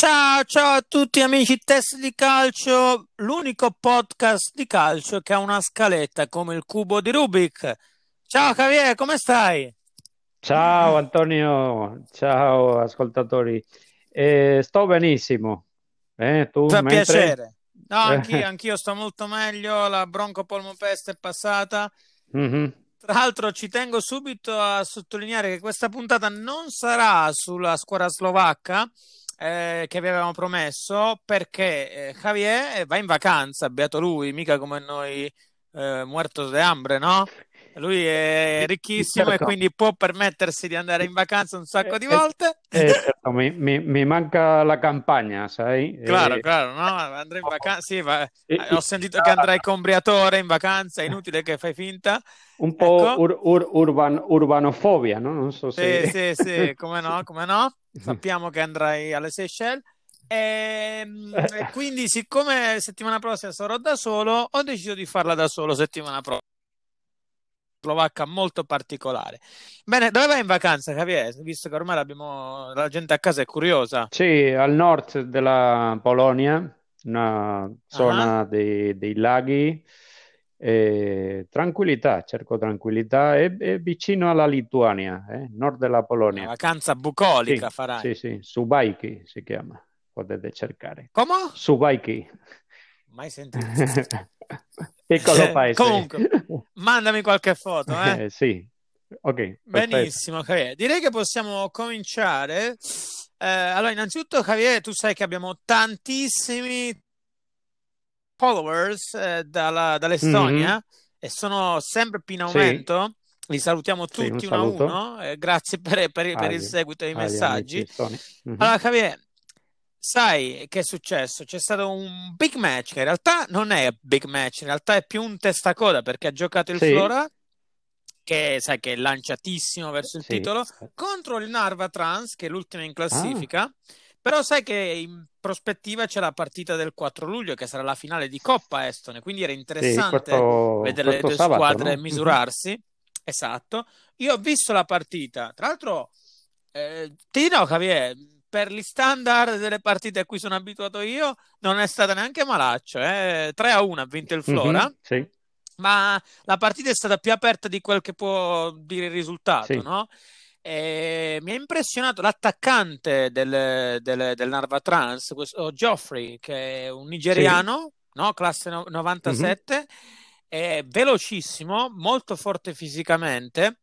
Ciao, ciao a tutti amici Test di Calcio, l'unico podcast di calcio che ha una scaletta come il cubo di Rubik. Ciao Javier, come stai? Ciao Antonio, ciao ascoltatori. Sto benissimo. Tu Fa mentre? piacere. No, anch'io sto molto meglio, la broncopolmopeste è passata. Mhm. Tra l'altro ci tengo subito a sottolineare che questa puntata non sarà sulla squadra slovacca che vi avevamo promesso perché Javier va in vacanza, beato lui, mica come noi muertos de hambre, no? Lui è ricchissimo e Certo. quindi può permettersi di andare in vacanza un Eh, sacco di eh, volte. certo, mi manca la campagna, sai? Claro, claro, no? Andrei in vacanza, sì, ho sentito che Ah, andrai con Briatore in vacanza, è inutile che fai finta. un po' Ecco. urbanofobia, no? Non so Sì, se... sì, sì, come no, come no. Sappiamo che andrai alle Seychelles. E quindi, siccome settimana prossima sarò da solo, ho deciso di farla da solo settimana prossima. Slovacca molto particolare. Bene, dove vai in vacanza, Javier? Visto che ormai la gente a casa è curiosa. Sì, al nord della Polonia, una Ah, zona dei laghi, tranquillità, cerco tranquillità, è vicino alla Lituania, nord della una Polonia. vacanza bucolica Sì, farai. sì, sì, Subaiki si chiama, potete cercare. Come? Subaiki, Mai sentito. piccolo paese. Comunque, mandami qualche foto, eh? Sì, ok, perfetto. Benissimo, Javier. Direi che possiamo cominciare. Allora, innanzitutto, Javier, tu sai che abbiamo tantissimi followers Mhm. dall'Estonia e sono sempre più in Sì, aumento. Li salutiamo sì, un tutti uno a saluto uno. Grazie per il agli, seguito e i agli amici messaggi. estoni. Mhm. Allora, Javier, sai che è successo? C'è stato un big match, che in realtà non è big match, in realtà è più un testacoda perché ha giocato il Sì, Flora, che sai che è lanciatissimo verso il sì. titolo, contro il Narva Trans, che è l'ultima in Ah, classifica. Però sai che in prospettiva c'è la partita del 4 luglio, che sarà la finale di Coppa Estone, quindi era sì, interessante vedere le questo due sabato, squadre no? Mhm. misurarsi. Esatto. Io ho visto la partita, tra l'altro, ti dirò, Javier, per gli standard delle partite a cui sono abituato io, non è stata neanche malaccio, 3-1 ha vinto il Flora, Mhm, sì, ma la partita è stata più aperta di quel che può dire il risultato, sì, no? E mi ha impressionato l'attaccante del Narva Trans, questo Geoffrey, che è un sì. nigeriano, no? Classe Mhm, 97, è velocissimo, molto forte fisicamente.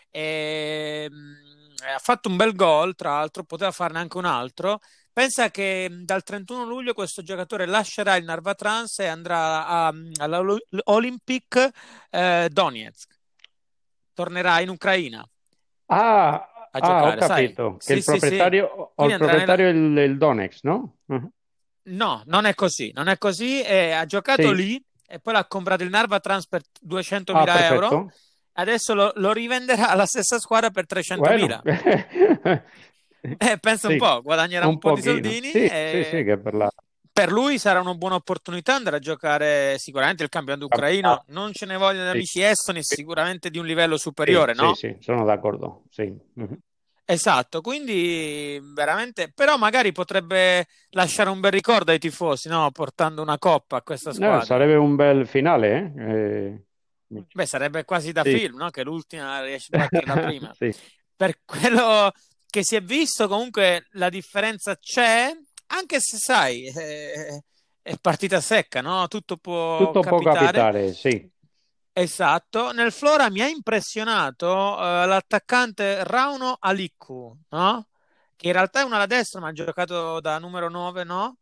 Ha fatto un bel gol, tra l'altro, poteva farne anche un altro. Pensa che dal 31 luglio questo giocatore lascerà il Narva Trans e andrà all'Olympic Donetsk. Tornerà in Ucraina a Ho giocare, sai? capito che Sì, sì, sì. il Quindi andrà nella... proprietario è il Donex, no? Mhm. No, non è così, non è così. Ha giocato Sì, lì e poi l'ha comprato il Narva Trans per 200.000 euro. perfetto. Adesso lo rivenderà alla stessa squadra per Bueno, 300.000. Pensa un sì, po', guadagnerà un un po' di pochino. soldini Sì, sì, sì, e che per la per lui sarà una buona opportunità andare a giocare sicuramente il campionato ucraino. capitale. Non ce ne vogliono Sì, amici estoni, sicuramente di un livello sì, superiore, sì, no? sì, sono d'accordo. Sì. Mhm. Esatto, quindi veramente, però magari potrebbe lasciare un bel ricordo ai tifosi, no? Portando una coppa a questa squadra. Sarebbe un bel finale, Beh, sarebbe quasi da sì, film, no? Che l'ultima riesce a battere la prima. sì, Per quello che si è visto, comunque la differenza c'è, anche se sai, è partita secca, no? Tutto può tutto può capitare. capitare, sì. Esatto. Nel Flora mi ha impressionato l'attaccante Rauno Alikku, no? Che in realtà è un ala destra, ma ha giocato da numero 9, no?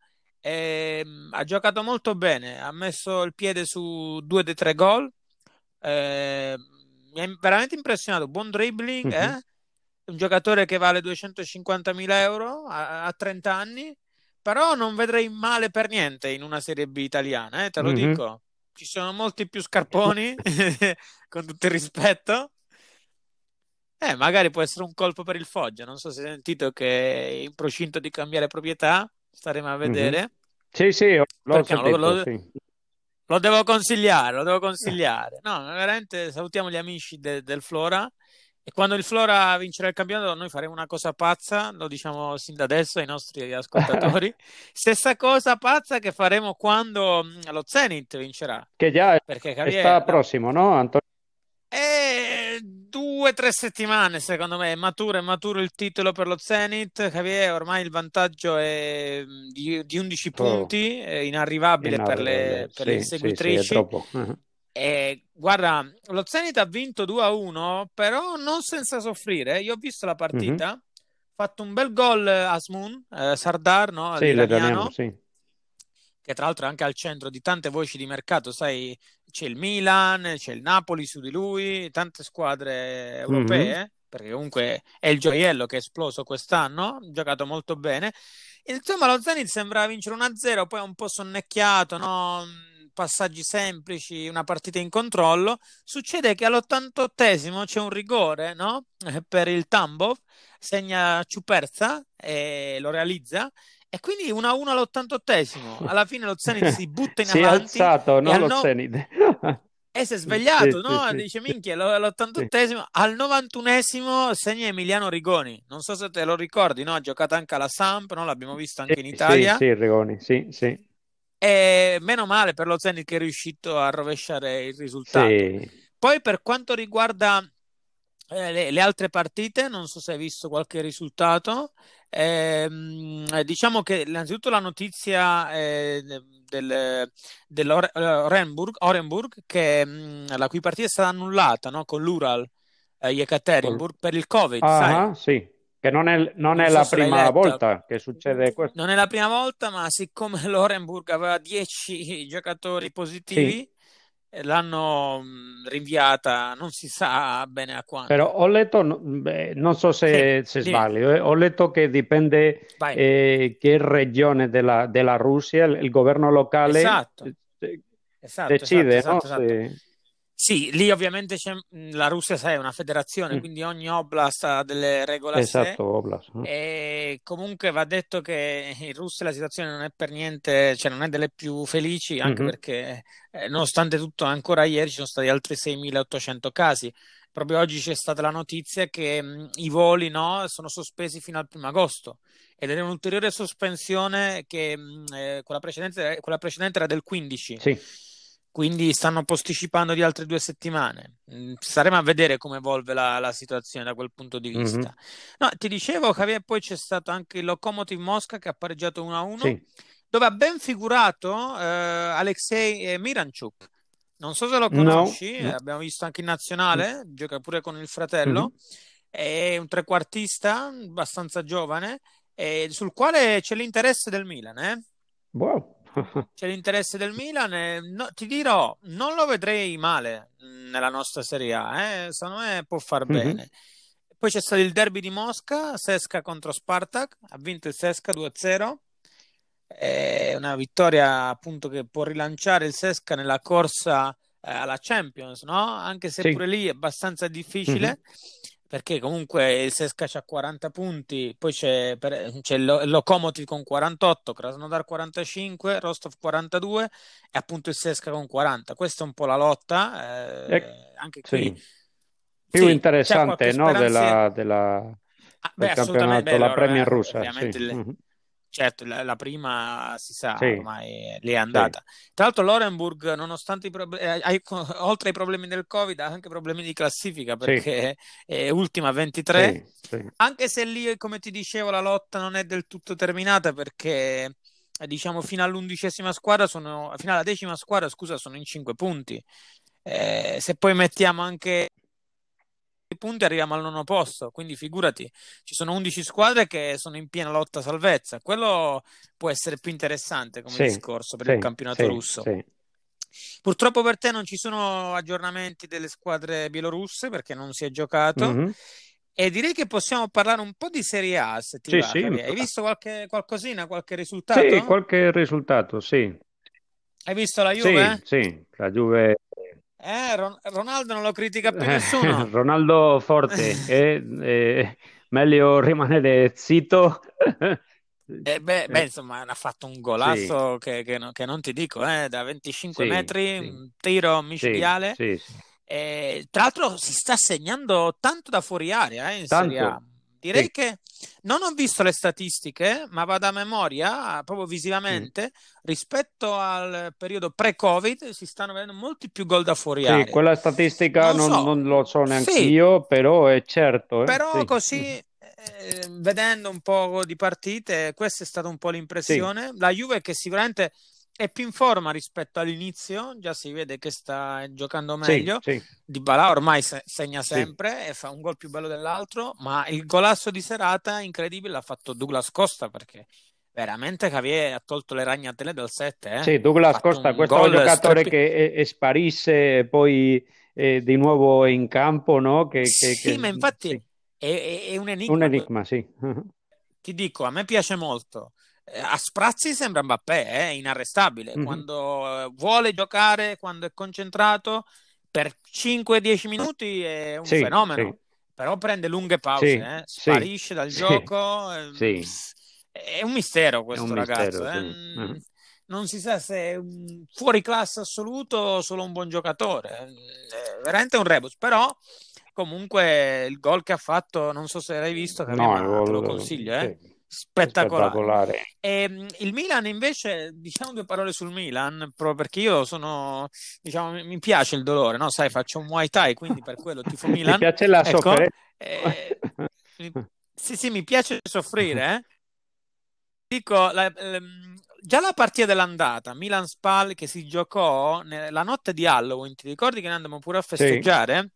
Ha giocato molto bene, ha messo il piede su due dei tre gol. Eh, Mi ha veramente impressionato. Buon dribbling, Mhm, eh? Un giocatore che vale 250.000 euro a 30 anni, però non vedrei male per niente in una Serie B italiana, te lo mhm. dico. Ci sono molti più scarponi, con tutto il rispetto. Magari può essere un colpo per il Foggia. Non so se hai sentito che è in procinto di cambiare proprietà. Staremo a Mhm. vedere. Sì, sì, l'ho Perché no? sentito, sì. Lo devo consigliare, lo devo consigliare. No, veramente salutiamo gli amici del Flora E quando il Flora vincerà il campionato, noi faremo una cosa pazza, lo diciamo sin da adesso ai nostri ascoltatori. Stessa cosa pazza che faremo quando lo Zenit vincerà. Che già Perché sta Javier, prossimo, no, Antonio? è 2 o 3 settimane, secondo me, è maturo il titolo per lo Zenit. Javier, ormai il vantaggio è di 11 Oh, punti, è inarrivabile inarrivabile. per le Sì, sì, sì, è inseguitrici. troppo. E guarda, lo Zenit ha vinto 2-1, però non senza soffrire. Io ho visto la Mhm. partita, ha fatto un bel gol Asmun, Sardar, no? Sì, l'italiano, L'iraniano, sì. che tra l'altro è anche al centro di tante voci di mercato, sai, c'è il Milan, c'è il Napoli su di lui, tante squadre Mhm. europee, perché comunque è il gioiello che è esploso quest'anno, ha giocato molto bene. Insomma, lo Zenit sembrava vincere 1-0, poi è un po' sonnecchiato, no? Passaggi semplici, una partita in controllo. Succede che all'88esimo c'è un rigore, no? Per il Tambov, segna Ciuperza e lo realizza. E quindi 1-1 all'88esimo. Alla fine lo Zenit si butta in Si è avanti alzato, e no, lo Zenit. si è Sì, svegliato, sì, no? sì, Dice, sì, minchia, sì. all'88esimo, al 91esimo segna Emiliano Rigoni. Non so se te lo ricordi, no? Ha giocato anche alla Samp, no? L'abbiamo visto Sì, anche in sì, Italia. sì, Rigoni, sì, sì, E meno male per lo Zenit che è riuscito a rovesciare il risultato. sì. Poi per quanto riguarda le altre partite, non so se hai visto qualche risultato. Diciamo che innanzitutto la notizia dell'Orenburg, che, la cui partita è stata annullata, no, con l'Ural Col- Yekaterinburg per il Covid, sai? Ah, sì, che non Non è so la se l'hai prima letta. volta che succede questo. Non è la prima volta, ma siccome l'Orenburg aveva 10 giocatori Sì, positivi, l'hanno rinviata, non si sa bene a però quando. ho letto, beh, non so Sì, se dimmi. sbaglio, ho letto che dipende Vai. che regione della Russia, il governo locale Esatto, esatto, esatto, decide, no? esatto, esatto. Sì, lì ovviamente c'è, la Russia, sai, è una federazione, Mm, quindi ogni oblast ha delle regole a sé. esatto, Oblast. E comunque va detto che in Russia la situazione non è per niente, cioè non è delle più felici, anche Mhm. perché nonostante tutto ancora ieri ci sono stati altri 6.800 casi. Proprio oggi c'è stata la notizia che i voli, no, sono sospesi fino al 1° agosto ed è un'ulteriore sospensione che quella precedente era del 15, Sì. quindi stanno posticipando di altre 2 settimane. Staremo a vedere come evolve la situazione da quel punto di Mhm. vista. No, ti dicevo, Javier, poi c'è stato anche il Lokomotiv Mosca che ha pareggiato 1-1, Sì. dove ha ben figurato Alexei Miranchuk. Non so se lo No, conosci, no. abbiamo visto anche in Mm. nazionale, gioca pure con il Mhm. fratello, è un trequartista abbastanza giovane, sul quale c'è l'interesse del Milan, eh? Wow. C'è l'interesse del Milan e ti dirò, non lo vedrei male nella nostra Serie A, secondo me può far Mhm. bene. Poi c'è stato il derby di Mosca, Sesca contro Spartak, ha vinto il Sesca 2-0, è una vittoria appunto che può rilanciare il Sesca nella corsa alla Champions, no? Anche se pure Sì. lì è abbastanza Mhm. difficile, perché comunque il Sesca c'ha 40 punti, poi c'è il Lokomotiv con 48, Krasnodar 45, Rostov 42 e appunto il Sesca con 40. Questa è un po' la lotta, anche qui Sì. Più sì, c'è qualche interessante, no, speranza. Beh, del assolutamente, campionato, beh, la loro, Premier russa, sì. ovviamente, Mhm. certo, la prima si sa, Sì, ormai lì è sì, andata. Tra l'altro l'Orenburg, nonostante oltre ai problemi del Covid, ha anche problemi di classifica sì, perché è ultima a 23, sì, sì. anche se lì, come ti dicevo, la lotta non è del tutto terminata perché, diciamo, fino alla 10ª squadra, scusa, sono in 5 punti. Se poi mettiamo anche i punti arriviamo al 9º posto, quindi figurati, ci sono 11 squadre che sono in piena lotta a salvezza. Quello può essere più interessante come Sì, discorso per il sì, campionato sì, russo. sì. Purtroppo per te non ci sono aggiornamenti delle squadre bielorusse perché non si è giocato. Mhm. E direi che possiamo parlare un po' di Serie A, se ti Sì, va, sì, Javier. Hai visto qualcosina, qualche sì, risultato? qualche risultato, sì. Hai visto la Sì, Juve? sì, la Juve. Ronaldo non lo critica più nessuno. Ronaldo forte, meglio rimanere zitto. Beh, Eh, insomma, ha fatto un sì, golasso che non ti dico, da 25 sì, metri, sì, un tiro sì, micidiale. sì, sì. Tra l'altro si sta segnando tanto da fuori area in Serie A. Tanto, Direi sì. che non ho visto le statistiche, ma vado a memoria, proprio Mm. visivamente, rispetto al periodo pre-Covid si stanno vedendo molti più gol da fuori Sì, area. quella statistica Non non, so, non lo so neanche sì, io, però è certo, però sì. così, vedendo un po' di partite, questa è stata un po' Sì, l'impressione. La Juve che sicuramente è più in forma rispetto all'inizio, già si vede che sta giocando sì, meglio. sì, Dybala ormai segna sì. sempre e fa un gol più bello dell'altro, ma il golasso di serata incredibile l'ha fatto Douglas Costa perché veramente Javier ha tolto le ragnatele dal 7, eh. Sì, Ha Douglas fatto Costa, un questo gol giocatore che sparisse e poi di nuovo in campo, no? Sì, ma infatti Sì, è un un enigma. enigma, sì. Ti dico, a me piace molto. A sprazzi sembra Mbappé, è inarrestabile. Mhm. Quando vuole giocare, quando è concentrato, per 5-10 minuti è un Sì, sì, fenomeno. Però prende lunghe pause, sì, sì, sparisce dal sì, gioco. sì, È un mistero è un questo ragazzo. mistero, sì. Mhm. Non si sa se è un fuori classe assoluto o solo un buon giocatore. È veramente un rebus. Però comunque il gol che ha fatto, non so se l'hai visto, Javier, No, il ma te lo gol, consiglio, sì, è spettacolare. spettacolare. Il Milan invece, diciamo due parole sul Milan, proprio perché io sono, diciamo, mi piace il dolore, no? Sai, faccio un Muay Thai, quindi per quello tifo Ti Milan. piace la Ecco, sofferenza? mi- sì, sì, mi piace soffrire, eh. Dico, già la partita dell'andata, Milan-Spal che si giocò la notte di Halloween, ti ricordi che noi andammo pure a Sì. festeggiare?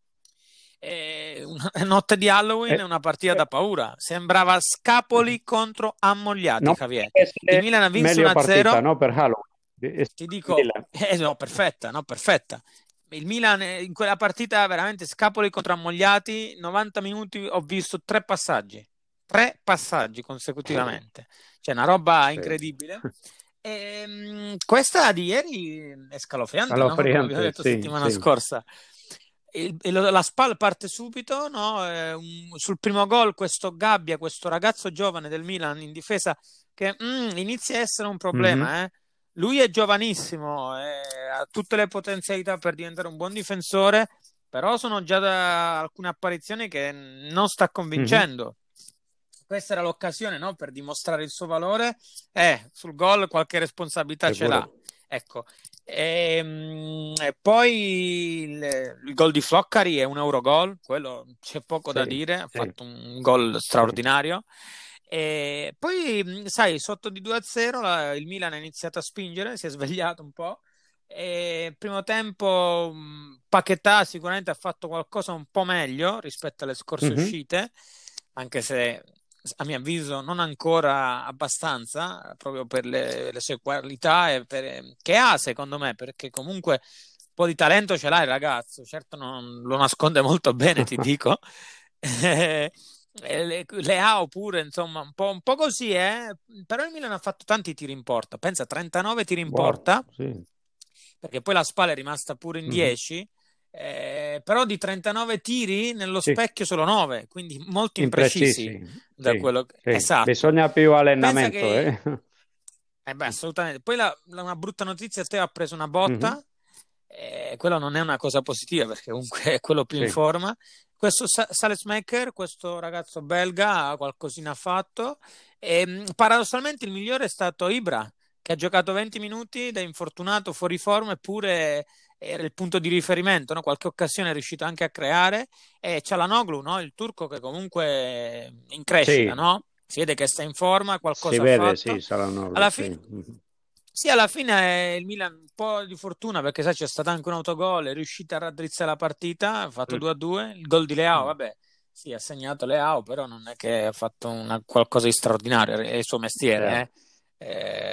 Una notte di Halloween è Eh, una partita eh, da paura. Sembrava Scapoli contro Ammogliati, non Javier. potrebbe Il essere Milan ha vinto meglio partita, 1-0. no? Per Halloween. Ti dico, Milan. no, perfetta, no, perfetta. Il Milan in quella partita veramente Scapoli contro Ammogliati, 90 minuti ho visto tre passaggi consecutivamente, cioè una roba Sì. incredibile. Questa di ieri è scalofriante, no? Come abbiamo Scalofriante, detto sì, settimana sì. scorsa. La SPAL parte subito, no? Sul primo gol questo Gabbia, questo ragazzo giovane del Milan in difesa che inizia a essere un Mhm. problema, eh. Lui è giovanissimo, ha tutte le potenzialità per diventare un buon difensore, però sono già da alcune apparizioni che non sta Mhm. convincendo. Questa era l'occasione, no, per dimostrare il suo valore. Sul gol qualche responsabilità ce Sicuro. l'ha. Ecco. E poi il gol di Floccari è un Eurogol, quello c'è poco da Sì, dire, ha sì, fatto un gol sì. straordinario. E poi, sai, sotto di 2-0 il Milan ha iniziato a spingere, si è svegliato un po'. E primo tempo Paquetá sicuramente ha fatto qualcosa un po' meglio rispetto alle scorse Mhm. uscite, anche se a mio avviso non ancora abbastanza, proprio per le sue qualità che ha secondo me, perché comunque un po' di talento ce l'ha il ragazzo, certo non lo nasconde molto bene, ti dico. Leao pure, insomma, un po' così, eh? Però il Milan ha fatto tanti tiri in porta, pensa 39 tiri in Wow, porta, sì. perché poi la Spal è rimasta pure in Mhm. 10, però di 39 tiri nello Sì, specchio solo 9, quindi molto imprecisi imprecisi. da Sì, quello che... sì. Esatto. Bisogna più Pensa allenamento, che... eh? beh, assolutamente. Poi una brutta notizia, Teo ha preso una Mhm. botta, quello non è una cosa positiva perché comunque è quello più in Sì. forma. Questo Salesmaker, questo ragazzo belga, qualcosina ha fatto. Paradossalmente il migliore è stato Ibra, che ha giocato 20 minuti da infortunato, fuori forma, eppure era il punto di riferimento, no? Qualche occasione è riuscito anche a creare. E Çalhanoğlu, no? Il turco che comunque è in crescita, Sì, no? Si vede che sta in forma, si qualcosa ha vede, sì, fatto. sarà un orlo, Alla sì. fine, Mhm. sì, alla fine il Milan un po' di fortuna perché sai, c'è stato anche un autogol, è riuscita a raddrizzare la partita, ha fatto Mm. 2-2. Il gol di Leao, Mm. vabbè, sì, ha segnato Leao, però non è che ha fatto qualcosa di straordinario, è il suo mestiere, Certo. eh.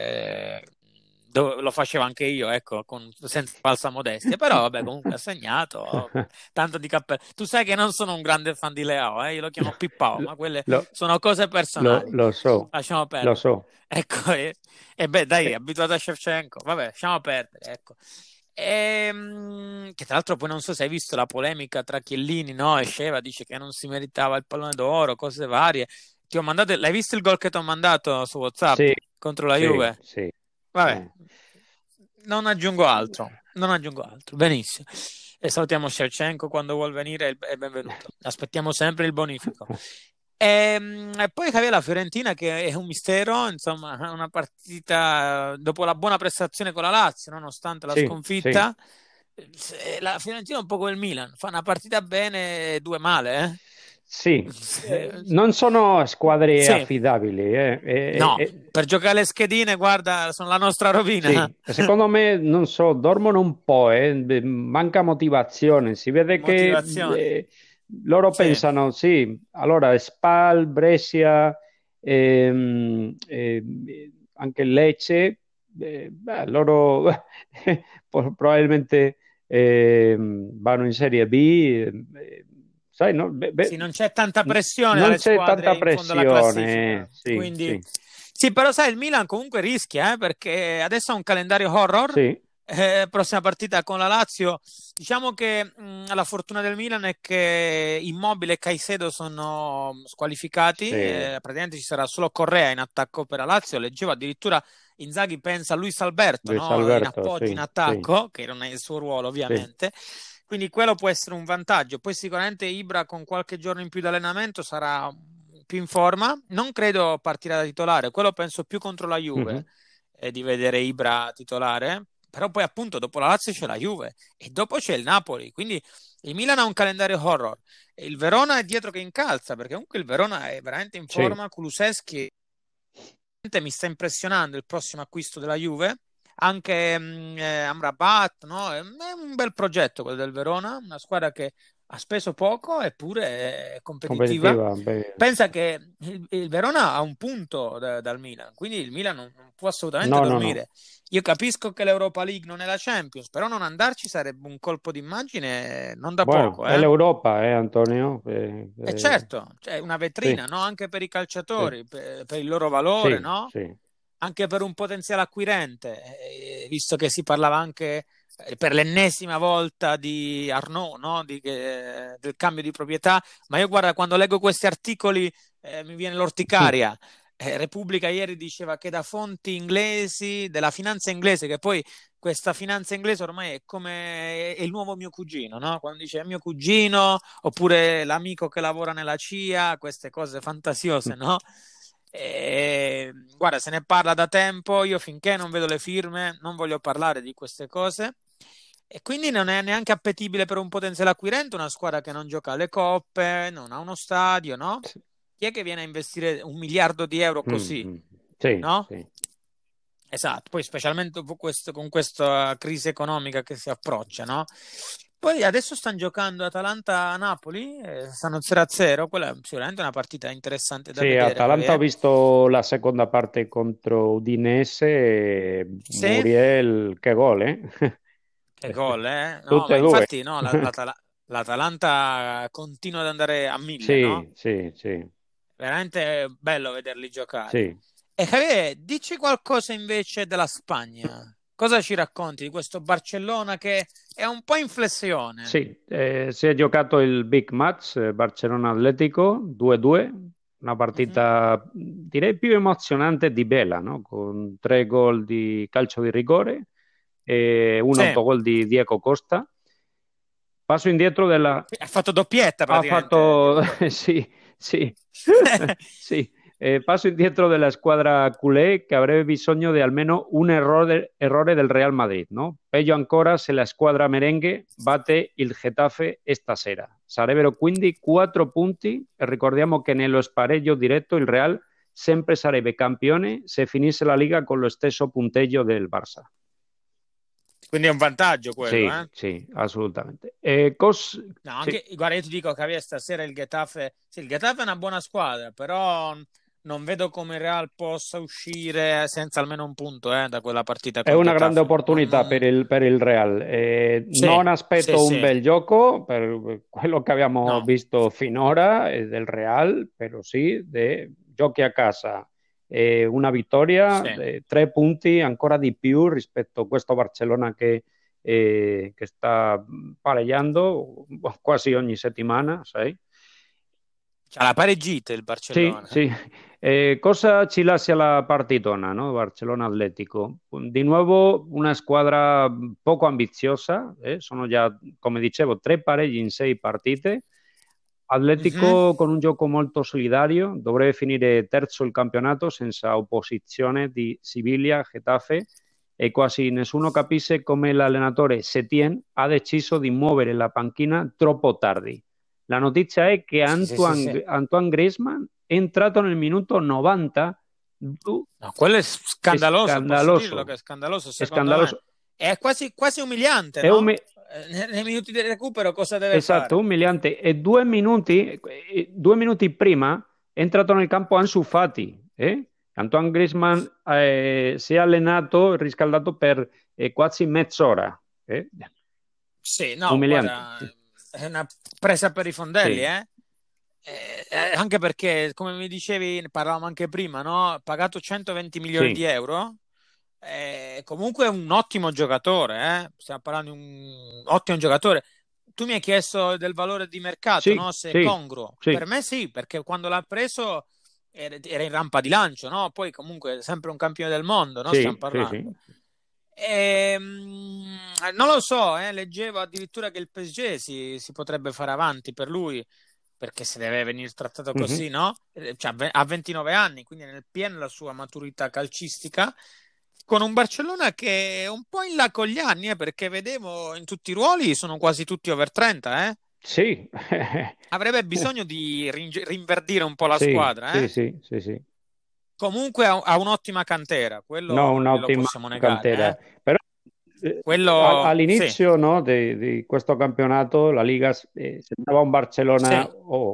Lo facevo anche io, ecco, senza falsa modestia, però vabbè, comunque ha segnato, tanto di cappello. Tu sai che non sono un grande fan di Leao, io lo chiamo Pippao, Lo, ma quelle lo- sono cose personali. lo so, Lasciamo lo perdere. so. Ecco, e beh, dai, Eh, abituato a Shevchenko. Vabbè, lasciamo perdere, ecco. Che tra l'altro poi non so se hai visto la polemica tra Chiellini, no? E Sheva dice che non si meritava il pallone d'oro, cose varie. L'hai visto il gol che ti ho mandato su WhatsApp sì, contro la sì, Juve? sì. Vabbè, Eh. non aggiungo altro, non aggiungo altro. Benissimo. E salutiamo Shevchenko quando vuol venire, è benvenuto. Aspettiamo sempre il bonifico. E poi Javier, la Fiorentina che è un mistero, insomma, una partita dopo la buona prestazione con la Lazio, nonostante la Sì, sì. sconfitta. La Fiorentina è un po' come il Milan, fa una partita bene, due male, Sì, eh? non sono squadre Sì, affidabili. no, per giocare le schedine, guarda, sono la nostra rovina. Sì, secondo me, non so, dormono un po', manca motivazione. Si vede che Motivazione. loro Sì. pensano, sì, allora Spal, Brescia, anche Lecce, beh, loro probabilmente vanno in Serie B, sai, no? Sì, non c'è tanta pressione Non dalle c'è tanta squadre in fondo alla pressione, classifica. sì, Quindi, sì, sì, però sai, il Milan comunque rischia, perché adesso ha un calendario horror. sì, Prossima partita con la Lazio. Diciamo che la fortuna del Milan è che Immobile e Caicedo sono squalificati. sì. Praticamente ci sarà solo Correa in attacco per la Lazio. Leggevo addirittura Inzaghi pensa a Luis Alberto, Luis no? In Alberto, appoggio, in sì, sì, attacco, che non è il suo ruolo, sì. ovviamente. Quindi quello può essere un vantaggio. Poi sicuramente Ibra con qualche giorno in più di allenamento sarà più in forma. Non credo partirà da titolare, quello penso più contro la Mhm. Juve, di vedere Ibra titolare. Però poi appunto dopo la Lazio c'è la Juve e dopo c'è il Napoli. Quindi il Milan ha un calendario horror. E il Verona è dietro che incalza, perché comunque il Verona è veramente in Sì, forma. Kulusevski mi sta impressionando il prossimo acquisto della Juve. Anche Amrabat, no? È un bel progetto quello del Verona, una squadra che ha speso poco eppure è competitiva. competitiva, beh, Pensa che il Verona ha un punto dal Milan, quindi il Milan non può assolutamente no, no, no, dormire. Io capisco che l'Europa League non è la Champions, però non andarci sarebbe un colpo d'immagine non da bueno, poco, è eh? l'Europa, Antonio, E certo, cioè una sì, vetrina, no? Anche per i sì, calciatori, per il loro valore, sì, no? sì, Anche per un potenziale acquirente, visto che si parlava anche per l'ennesima volta di Arnaud, no? Del cambio di proprietà. Ma io guarda, quando leggo questi articoli mi viene l'orticaria. Repubblica ieri diceva che da fonti inglesi, della finanza inglese, che poi questa finanza inglese ormai è come è il nuovo mio cugino, no? Quando dice è mio cugino, oppure l'amico che lavora nella CIA, queste cose fantasiose, no? Guarda, se ne parla da tempo, io finché non vedo le firme non voglio parlare di queste cose e quindi non è neanche appetibile per un potenziale acquirente una squadra che non gioca alle coppe, non ha uno stadio, no? sì, Chi è che viene a investire 1 miliardo di euro mm, così, mm, sì, no? sì. Esatto, poi specialmente con questa crisi economica che si approccia, no? Poi adesso stanno giocando Atalanta-Napoli, stanno 0-0, quella è sicuramente una partita interessante da Sì, vedere, Atalanta ho Javier. visto la seconda parte contro Udinese, Sì, Muriel, che gol, eh? che gol, eh? No, Tutte ma e due. infatti no, l'Atalanta continua ad andare a 1000, no? Sì, sì, sì, Veramente bello vederli giocare. sì. E Javier, dici qualcosa invece della Spagna. Cosa ci racconti di questo Barcellona che è un po' in flessione? Sì, si è giocato il Big Match Barcellona-Atletico 2-2, una Mhm. partita direi più emozionante di bella, no? Con 3 gol di calcio di rigore e un Sì, autogol di Diego Costa. Passo indietro della... ha fatto doppietta Ha praticamente fatto... Diego Costa. sì, sì, sì. Passo indietro della squadra culé che avrebbe bisogno di almeno un errore del Real Madrid, no? Peggio ancora se la squadra merengue batte il Getafe stasera. Sarebbero quindi 4 punti e ricordiamo che nello spareggio diretto il Real sempre sarebbe campione se finisse la Liga con lo stesso punteggio del Barça. Quindi è un vantaggio quello, Sì, eh? sì, assolutamente. No, Sì. anche, guarda, io ti dico che stasera il Getafe, sì, il Getafe è una buona squadra, però non vedo come il Real possa uscire senza almeno un punto, da quella partita È col una grande Getafe. opportunità per il Real. Sì, Non sì, aspetto un sì, bel gioco per quello che abbiamo no, visto finora del Real, però sì, giochi a casa. Una vittoria, sì. 3 punti ancora di più rispetto a questo Barcellona che sta pareggiando quasi ogni settimana, sai? C'ha la pareggita il Sì, Barcellona. sì. Cosa ci lascia la partitona, no? Barcellona Atlético. Di nuovo una squadra poco ambiziosa, sono già, come dicevo, 3 pareggi in 6 partite. Mhm. Atletico con un gioco molto solidario, dovrebbe finire terzo il campionato senza opposizione di Siviglia, Getafe e quasi nessuno capisce come l'allenatore Setien ha deciso di muovere la panchina troppo tardi. La notizia è che Sì, sì, sì, sì. Antoine Griezmann è entrato nel minuto 90. No, quello è È scandaloso, posso dirlo che è scandaloso, scandaloso è secondo me. scandaloso. È quasi, quasi umiliante, È no? umi- Nei minuti di recupero cosa deve esatto, fare? umiliante. E 2 minuti prima è entrato nel campo Ansu Fati. Antoine Griezmann si è allenato, riscaldato per quasi mezz'ora. Sì, no, Umiliante. guarda, è una presa per i fondelli, Sì, eh? Anche perché, come mi dicevi, ne parlavamo anche prima, no? Pagato 120 milioni di sì, euro, comunque è un ottimo giocatore, eh? Stiamo parlando di un ottimo giocatore. Tu mi hai chiesto del valore di mercato, sì, no? Se è sì, congruo. Per sì, me sì, perché quando l'ha preso era in rampa di lancio, no? Poi comunque è sempre un campione del mondo, no? Stiamo sì, sì, parlando. sì. Non lo so, leggevo addirittura che il PSG si potrebbe fare avanti per lui, perché se deve venire trattato Mhm. così, no? Cioè, ha 29 anni, quindi nel pieno della sua maturità calcistica, con un Barcellona che è un po' in là con gli anni, perché vedevo in tutti i ruoli sono quasi tutti over 30, eh? Sì, Avrebbe bisogno di rinverdire un po' la sì, squadra, sì, eh? sì, sì, sì. Comunque ha un'ottima cantera, quello No, non glielo un'ottima possiamo negare, cantera. eh? Però Quello sì, all'inizio, no, di questo campionato la Liga sembrava un Barcellona sì.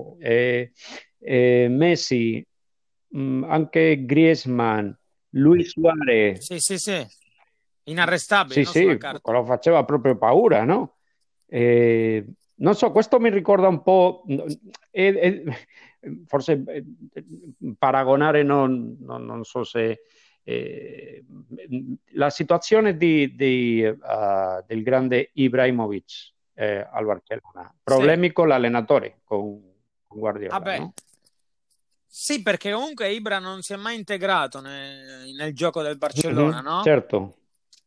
Messi, anche Griezmann, Luis Suarez. Sì, sì, sì, inarrestabile, Sì, no? Sulla sì, carta. quello faceva proprio paura, no? Non so, questo mi ricorda un po', forse paragonare, non so se eh, la situazione del grande Ibrahimovic al Barcellona, Sì, problemi con l'allenatore, con Guardiola, vabbè. no? Sì, perché comunque Ibra non si è mai integrato nel gioco del Barcellona, Mhm, no? certo,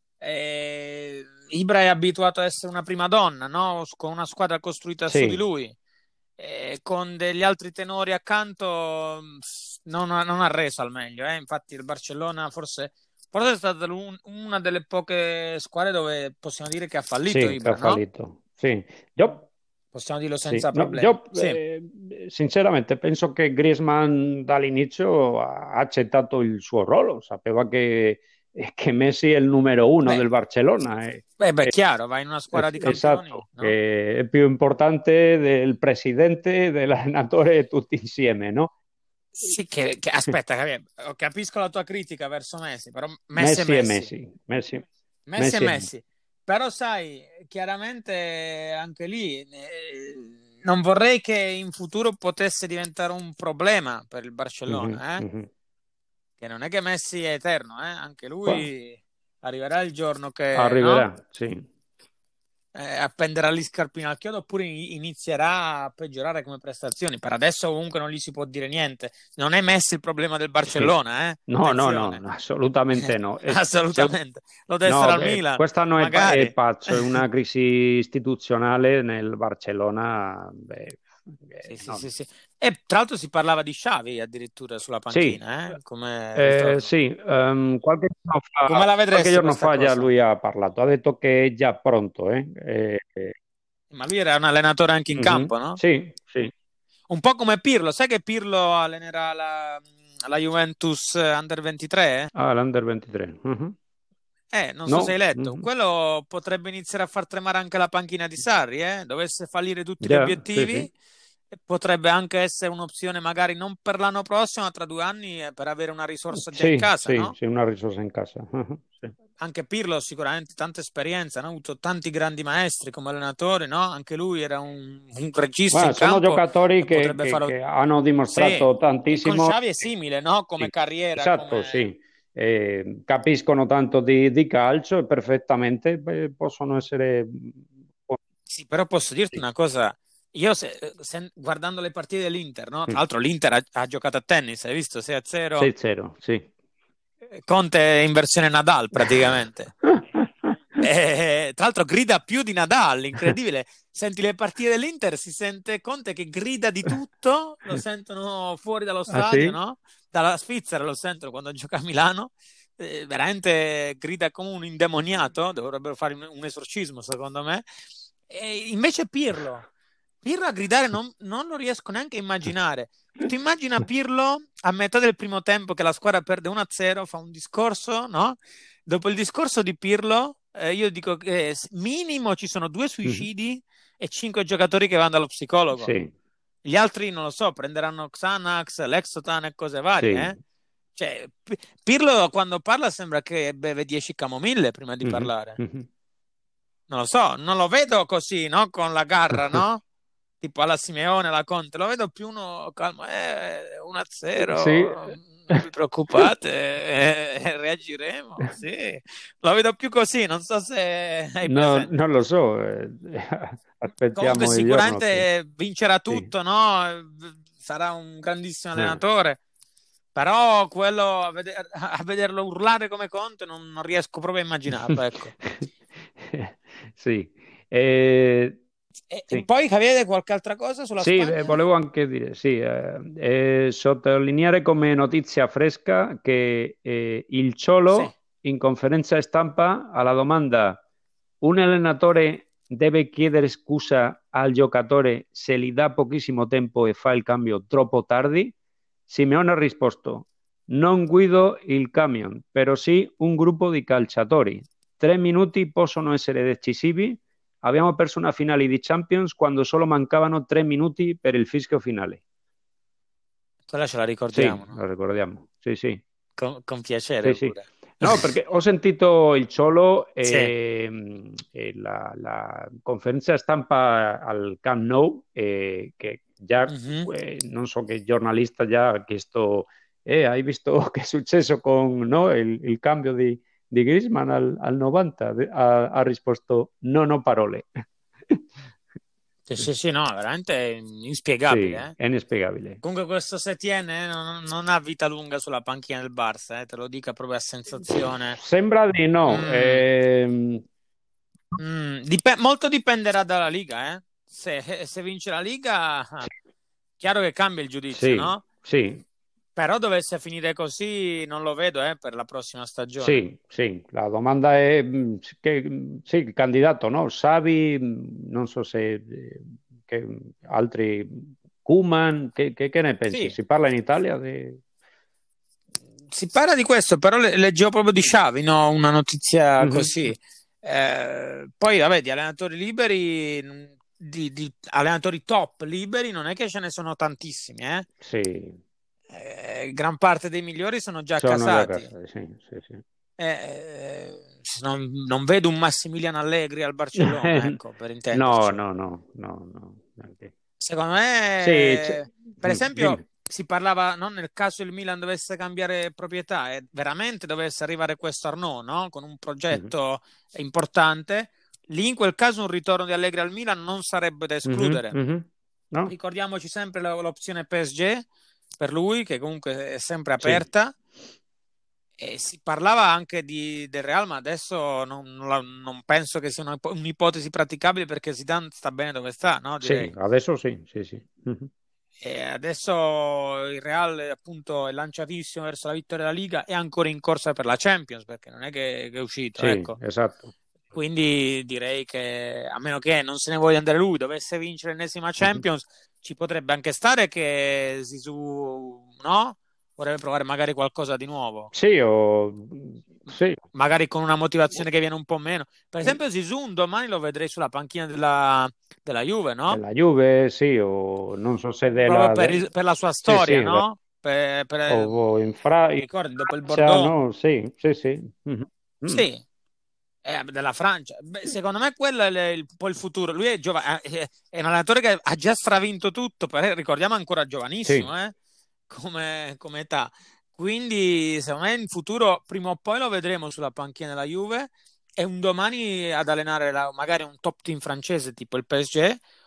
Ibra è abituato a essere una prima donna, no? Con una squadra costruita su di sì. lui. Con degli altri tenori accanto non ha reso al meglio, eh. Infatti il Barcellona forse è stata una delle poche squadre dove possiamo dire che ha fallito Sì, che ha Ibra, no? fallito. Sì. Io, Possiamo dirlo sì. senza No, problemi. io, Sì. sinceramente penso che Griezmann dall'inizio ha accettato il suo ruolo, sapeva che Messi è il numero uno Beh, del Barcellona. beh, chiaro, vai in una squadra di campioni, Esatto, no? che è più importante del presidente, dell'allenatore tutti insieme, no? Sì, aspetta, capisco la tua critica verso Messi, però Messi è Messi e Messi. Messi, Messi, Messi è Messi e Messi. Però sai, chiaramente anche lì non vorrei che in futuro potesse diventare un problema per il Mhm, Barcellona, eh? mhm. Che non è che Messi è eterno, eh? Anche Qua lui arriverà il giorno che, no? arriverà, sì. Appenderà gli scarpini al chiodo oppure inizierà a peggiorare come prestazioni. Per adesso comunque non gli si può dire niente. Non è Messi il problema del Sì. Barcellona, eh? No, no, no, Attenzione. assolutamente no. Assolutamente. Lo deve essere No, al Milan, quest'anno è magari. pazzo, è una crisi istituzionale nel Barcellona. Beh, Sì, sì, no. sì, sì. E tra l'altro si parlava di Xavi addirittura sulla Sì, panchina, come ritorno. sì, Come la qualche vedresti giorno questa fa già cosa? lui ha parlato, ha detto che è già pronto. Ma lui era un allenatore anche in Mhm, campo, no? sì, sì. Un po' come Pirlo. Sai che Pirlo allenerà la Juventus Under 23? Ah, l'Under 23. Mhm. Non so se hai No, letto. mhm. Quello potrebbe iniziare a far tremare anche la panchina di Sarri, eh? Dovesse fallire tutti gli Già, sì, sì. obiettivi. Potrebbe anche essere un'opzione magari non per l'anno prossimo, ma tra 2 anni per avere una risorsa già in Sì, casa, sì, no? sì, una risorsa in casa. Mhm, sì. Anche Pirlo sicuramente tanta esperienza, ha avuto tanti grandi maestri come allenatore, no? Anche lui era un regista Ma in sono campo giocatori e potrebbe farlo. che hanno Sì, dimostrato e con tantissimo. Xavi è simile, no? Come Sì, carriera, esatto, come. sì. Capiscono tanto di calcio e perfettamente possono essere. Sì, però posso dirti Sì. una cosa. Io guardando le partite dell'Inter, no? Tra Mm. l'altro l'Inter ha giocato a tennis, hai visto? 6-0. 6-0, sì. Conte in versione Nadal praticamente. Tra l'altro grida più di Nadal, incredibile. Senti le partite dell'Inter, si sente Conte che grida di tutto, lo sentono fuori dallo Ah, stadio, sì? no? Dalla Svizzera lo sentono quando gioca a Milano. Veramente grida come un indemoniato, dovrebbero fare un esorcismo secondo me. E invece Pirlo a gridare non lo riesco neanche a immaginare. Tu immagina Pirlo a metà del primo tempo che la squadra perde 1-0, fa un discorso, no? Dopo il discorso di Pirlo, io dico che minimo ci sono 2 Mhm. suicidi e 5 giocatori che vanno dallo psicologo. Sì, Gli altri, non lo so, prenderanno Xanax, Lexotan e cose varie, sì. eh? Cioè, Pirlo quando parla sembra che beve 10 camomille prima di Mhm, parlare. mhm. Non lo so, non lo vedo così, no? Con la garra, no? Tipo alla Simeone, alla Conte, lo vedo più uno calmo, 1-0, Sì. non vi preoccupate, reagiremo, sì. Lo vedo più così, non so se hai No, presente. non lo so, Comunque aspettiamo il giorno che... sicuramente vincerà Sì. tutto, no? Sarà un grandissimo Eh. allenatore, però quello a vederlo urlare come Conte non riesco proprio a immaginarlo, ecco. Sì. Eh, E sì. poi Javier, qualche altra cosa sulla Sì, Spagna? volevo anche dire, sì, sottolineare come notizia fresca che il Sì. Cholo in conferenza stampa alla domanda un allenatore deve chiedere scusa al giocatore se gli dà pochissimo tempo e fa il cambio troppo tardi, Simeone ha risposto non guido il camion, però sì un gruppo di calciatori. 3 minuti possono essere decisivi. Abbiamo perso una finale di Champions quando solo mancavano 3 minuti per il fischio finale. Quella ce la Sì, ricordiamo, lo no? ricordiamo. Sì, sì, Con sì, piacere sì. pure. No, perché ho sentito il Cholo Sì. e la conferenza stampa al Camp Nou, che già, Mhm. non so che giornalista già ha chiesto, hai visto che è successo con no, il cambio di Griezmann al 90? Ha risposto, non ho parole. Sì, sì, sì, no, veramente è inspiegabile, Sì, eh. è inspiegabile. Comunque questo Setien non ha vita lunga sulla panchina del Barça, te lo dica proprio a sensazione. Sembra di no. Mm, molto dipenderà dalla Liga, eh. Se vince la Liga, chiaro che cambia il giudizio, Sì, no? sì, Però dovesse finire così, non lo vedo, per la prossima stagione. sì, sì. La domanda è sì, il candidato, no? Xavi, non so se altri, Koeman, che ne pensi? Sì, Si parla in Italia si parla di questo, però leggevo proprio di Xavi, no? Una notizia Mhm. così. Poi, vabbè, di allenatori liberi, di allenatori top liberi, non è che ce ne sono tantissimi, eh? Sì, Gran parte dei migliori sono già sono già a casati. casa, sì, sì, sì. Non vedo un Massimiliano Allegri al Barcellona, ecco, per No, intenderci. no, no, no, no. Neanche. Secondo Sì, me, per esempio, dimmi. si parlava, no, nel caso il Milan dovesse cambiare proprietà e veramente dovesse arrivare questo Arnaud, no, con un Mhm, progetto importante, lì in quel caso un ritorno di Allegri al Milan non sarebbe da mhm, escludere. mhm. No? Ricordiamoci sempre l'opzione PSG per lui, che comunque è sempre Sì. aperta. E si parlava anche del Real, ma adesso non penso che sia un'ipotesi praticabile perché Zidane sta bene dove sta, no? Sì, Direi. adesso sì, sì, sì. Mhm. E adesso il Real appunto è lanciatissimo verso la vittoria della Liga, è ancora in corsa per la Champions perché non è che è uscito, Sì, ecco. esatto. Quindi direi che a meno che non se ne voglia andare lui, dovesse vincere l'ennesima Mhm. Champions, ci potrebbe anche stare che Zizou, no? Vorrebbe provare magari qualcosa di nuovo. Sì, sì. Magari con una motivazione che viene un po' meno. Per esempio, Zizou un domani lo vedrei sulla panchina della Juve, no? Della Juve, sì, o non so se Proprio della... per la sua Sì, storia, sì, no? o Ti In ricordi, dopo il Francia, Bordeaux? no? Sì, sì, sì. Mhm. Mm. Sì, della Francia. Beh, secondo me quello è un po' il futuro. Lui è giovane, è un allenatore che ha già stravinto tutto, ricordiamo ancora giovanissimo, Sì. come età. Quindi, secondo me, in futuro, prima o poi lo vedremo sulla panchina della Juve e un domani ad allenare magari un top team francese tipo il PSG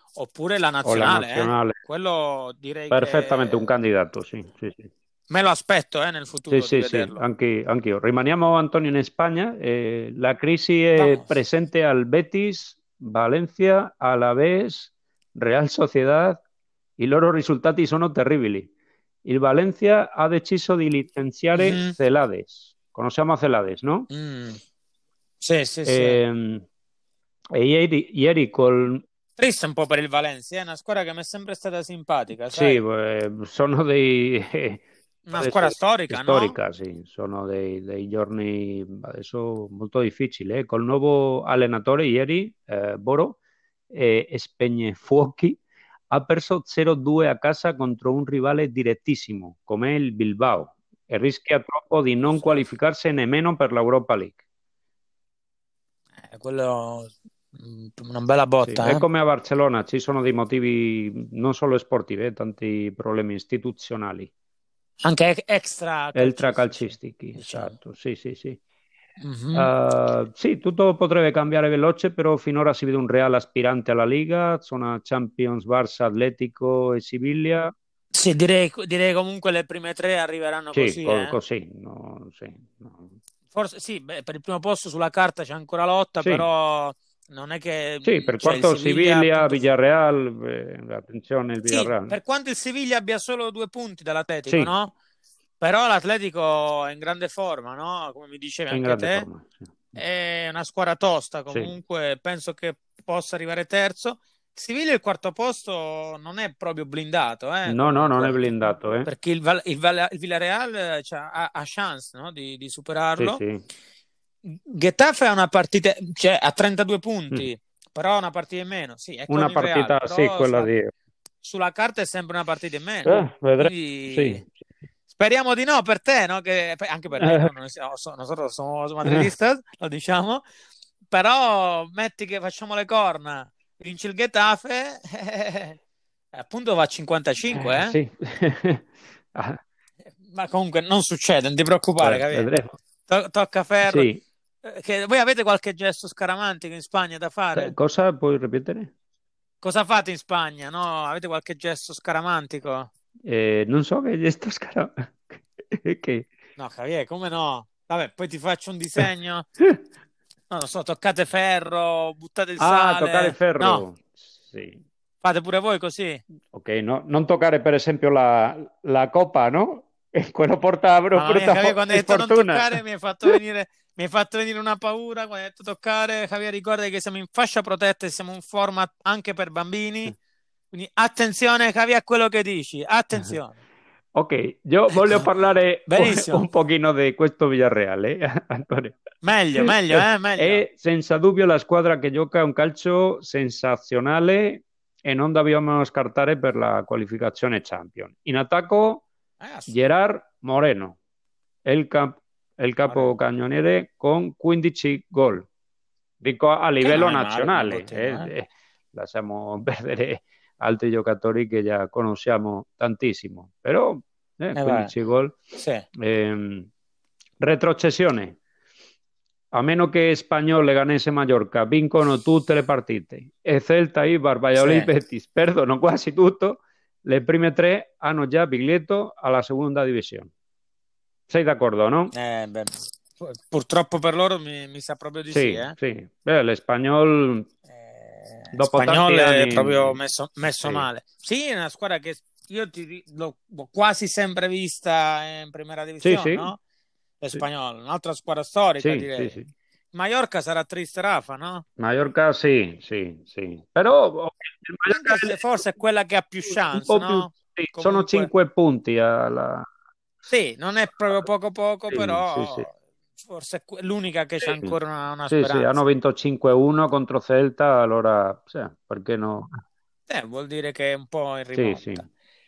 oppure la O la nazionale, eh? nazionale. Quello direi Perfettamente un che candidato, sì, sì, sì. me lo aspetto, nel Sì, futuro di sì, sì, vederlo. anch'io. Rimaniamo, Antonio, in España. La crisi è Vamos. presente al Betis, Valencia, Alavés, Real Sociedad. I loro risultati sono terribili. Il Valencia ha deciso di licenziare Mhm. Celades. Conosciamo a Celades, no? Mm. Sì, sì, sì. E, e ieri col... Triste un po' per il Valencia, è una squadra che mi è sempre stata simpatica, Sì, sai? sono dei... Una adesso, squadra storica, no? storica, sì, sono dei giorni adesso molto difficili. Col nuovo allenatore ieri, Boro, spegne fuochi, ha perso 0-2 a casa contro un rivale direttissimo come il Bilbao e rischia troppo di non qualificarsi nemmeno per l'Europa League. Quello una bella Sì, botta, è eh? come a Barcellona, ci sono dei motivi non solo sportivi, tanti problemi istituzionali. Anche extra calcistici, Extracalcistici, diciamo. esatto, sì, sì, sì. Mhm. Sì, tutto potrebbe cambiare veloce, però finora si vede un Real aspirante alla Liga, sono Champions, Barça, Atletico e Siviglia. Sì, direi comunque le prime tre arriveranno Sì, così, eh? così, no, sì, no. Forse sì, beh, per il primo posto sulla carta c'è ancora lotta, Sì, però non è che sì, per c'è il quanto Siviglia, Siviglia, appunto. Villarreal, attenzione il Sì, Villarreal. per quanto il Siviglia abbia solo 2 punti dall'Atletico, Sì, no? Però l'Atletico è in grande forma, no? Come mi dicevi è in anche grande te, forma. Sì, è una squadra tosta sì. comunque, penso che possa arrivare terzo. Siviglia il quarto posto non è proprio blindato, No, no, non è comunque, blindato, eh. perché il Villarreal ha chance, no? di Sì, superarlo. sì. Getafe ha una partita, cioè ha 32 Mm. punti, però ha una partita in meno. Sì, è con Una il Real, partita, sì, però quella di... sulla carta è sempre una partita in meno. Vedremo, Quindi sì. speriamo di no per te, no? Anche per me, Eh, no? Nosotros somos madridistas, lo diciamo. Però metti che facciamo le corna, vince il Getafe, appunto va a 55, eh? sì. Ah, Ma comunque non succede, non ti preoccupare, capì? vedremo. Tocca ferro. Sì. Voi avete qualche gesto scaramantico in Spagna da fare? Cosa puoi ripetere? Cosa fate in Spagna? No? Avete qualche gesto scaramantico? Non so che gesto scaro... che... No, Javier, come no? Vabbè, poi ti faccio un disegno. Non lo so, toccate ferro, buttate il Ah, toccare sale. No, ferro. Sì. fate pure voi così. Ok, no, non toccare per esempio la coppa, no? Quello porta Mamma mia, brutta Javier, quando hai detto non sfortuna. toccare mi hai fatto venire una paura. Quando hai detto toccare, Javier, ricorda che siamo in fascia protetta e siamo un format anche per bambini. Quindi attenzione, Javier, a quello che dici. Attenzione. Ok, io voglio Ecco, parlare benissimo. un pochino di questo Villarreal, Antonio. Meglio, meglio. È senza dubbio la squadra che gioca un calcio sensazionale e non dobbiamo scartare per la qualificazione Champions. In attacco, Gerard Moreno, il, cap- il Moreno. capocannoniere con 15 gol. Dico a Che non livello è male come nazionale, bottino, eh? lasciamo perdere altri giocatori che già conosciamo tantissimo, però Vai. 15 gol. Sì. Ehm, retrocessione. A meno che Spagnol, Leganés e Mallorca vincono tutte le partite e Celta, Ibar, Valladolid, Sì. Betis perdono quasi tutto, le prime tre hanno già biglietto alla seconda divisione. Sei d'accordo, no? Beh, purtroppo per loro mi sa proprio di sì, Sì, eh? sì. Beh, l'Espagnol dopo tanti Spagnol è proprio anni, messo sì, male. Sì, è una squadra che l'ho quasi sempre vista in Primera sì, Divisione, sì, no? Lo sì, Spagnolo, un'altra squadra storica, sì, sì, direi. sì. Mallorca sarà triste Rafa, no? Mallorca sì, sì, sì. Però ok, il Mallorca Anche se forse è quella che ha più un chance, po' più, no? sì, sono Comunque, 5 punti alla... sì, non è proprio poco poco, Sì, sì, sì. però forse è l'unica che c'ha Sì, ancora una sì, sì, hanno speranza. vinto 5-1 contro Celta, allora, sì, perché no? Vuol dire che è un po' in Sì, sì. rimonta.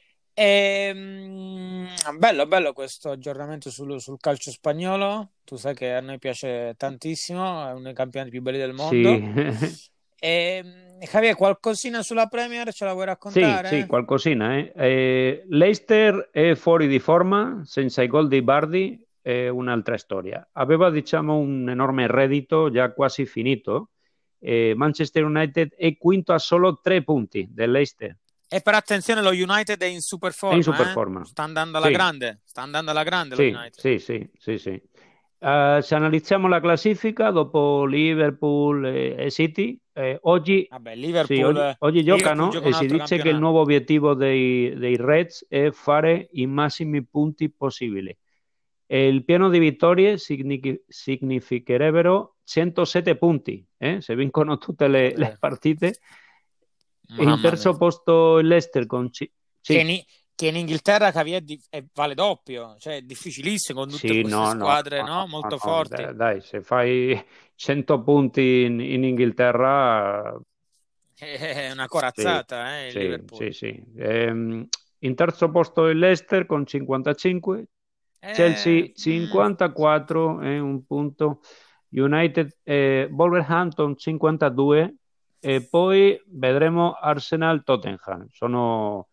Bello questo aggiornamento sul calcio spagnolo. Tu sai che a noi piace tantissimo, è uno dei campionati più belli del Sì, mondo. Javier, qualcosina sulla Premier ce la vuoi sì, sì, raccontare? qualcosina, eh. Leicester è fuori di forma, senza i gol di Bardi, è un'altra storia. Aveva, diciamo, un enorme reddito già quasi finito Manchester United è quinto a solo 3 punti dell'Leicester. E per attenzione, lo United è in super È in forma, super forma. Sta andando alla Sì. grande, sta andando alla grande lo Sì, United. sì. Se analizziamo la classifica, dopo Liverpool e City, oggi, Vabbè, sì, Liverpool, oggi Liverpool giocano gioca e un si altro dice che il campionato. nuovo obiettivo dei Reds è fare i massimi punti possibili. E il pieno di vittorie significherebbero 107 punti, se vincono tutte le Joder, partite. In mamma terzo mia. posto il Leicester con... Che Sì, in Inghilterra Javier, vale doppio, cioè è difficilissimo con tutte sì, queste no, no, squadre, no, no? no, Molto no, forti. dai, se fai 100 punti in Inghilterra, È una sì, corazzata, il sì, Liverpool. sì, sì. In terzo posto il Leicester con 55, Chelsea Mm, 54 e un punto, United, Wolverhampton 52 e poi vedremo Arsenal-Tottenham. Sono...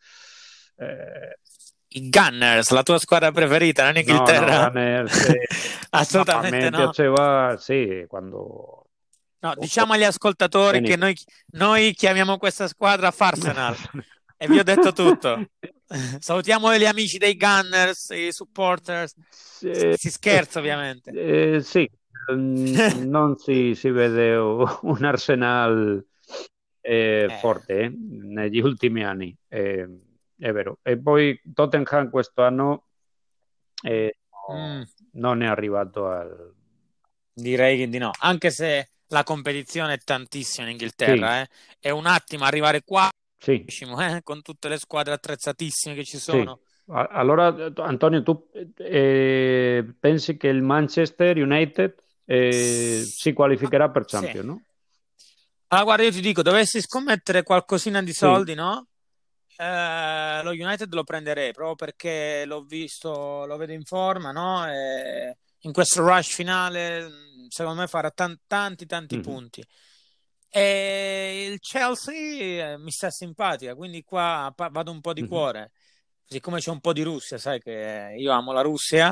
I Gunners, la tua squadra preferita, in no, no, Inghilterra? Gunners, no, a Assolutamente me no. piaceva, sì, quando... No, diciamo agli ascoltatori che Bene. noi chiamiamo questa squadra Farsenal e vi ho detto tutto. Salutiamo gli amici dei Gunners, i supporters. Sì, Si scherza, ovviamente. sì, non si vede un Arsenal Eh, forte negli ultimi anni, è vero. E poi Tottenham quest'anno eh, mm, non è arrivato al... direi di no, anche se la competizione è tantissima in Sì, Inghilterra, È un attimo arrivare qua, sì, con tutte le squadre attrezzatissime che ci sì. sono. Allora, Antonio, tu pensi che il Manchester United si qualificherà per Sì. Champions, no? Allora, guarda, io ti dico, dovessi scommettere qualcosina di Sì. soldi, no? Lo United lo prenderei proprio perché l'ho visto, lo vedo in forma, no? E in questo rush finale, secondo me farà tanti Mhm, punti. E il Chelsea mi sta simpatica, quindi qua vado un po' di mhm. cuore. Siccome c'è un po' di Russia, sai che io amo la Russia.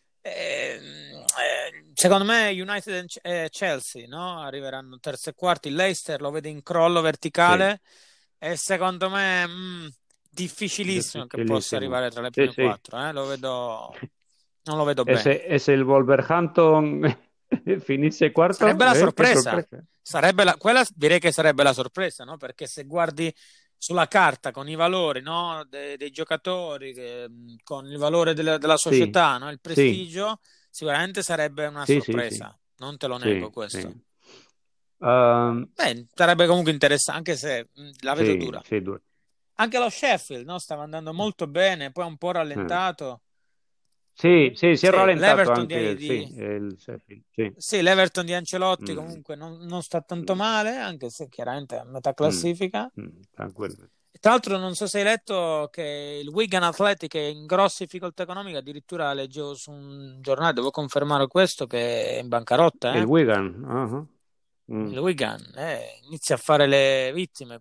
Secondo me United e Chelsea, no? Arriveranno terzo e quarti. Il Leicester lo vede in crollo Sì, verticale e secondo me difficilissimo che possa difficilissimo. arrivare tra le Sì, prime sì. quattro. Non lo vedo E se, bene. e se il Wolverhampton finisse quarto, Sarebbe la che sorpresa. sorpresa. Quella direi che sarebbe la sorpresa, no? Perché se guardi sulla carta con i valori, no? Dei giocatori, con il valore della Sì, società, no? Il sì, prestigio, sicuramente sarebbe una sì. sorpresa. Non te lo nego Sì, sì. questo. Ehm, Beh, sarebbe comunque interessante, anche se la vedo sì, dura. sì, due. Anche lo Sheffield, no? Stava andando molto bene, poi un po' Eh. rallentato. Sì, sì, si è Sì, rallentato anche, sì, il Sheffield, sì. Sì, l'Everton di Ancelotti Mm, comunque non sta tanto mm, male, anche se chiaramente è a metà mm, classifica. tranquillo. E tra l'altro non so se hai letto che il Wigan Athletic è in grosse difficoltà economiche, addirittura leggevo su un giornale, devo confermare questo, che è in bancarotta, Il Wigan, ah, mm, Il Wigan inizia a fare le vittime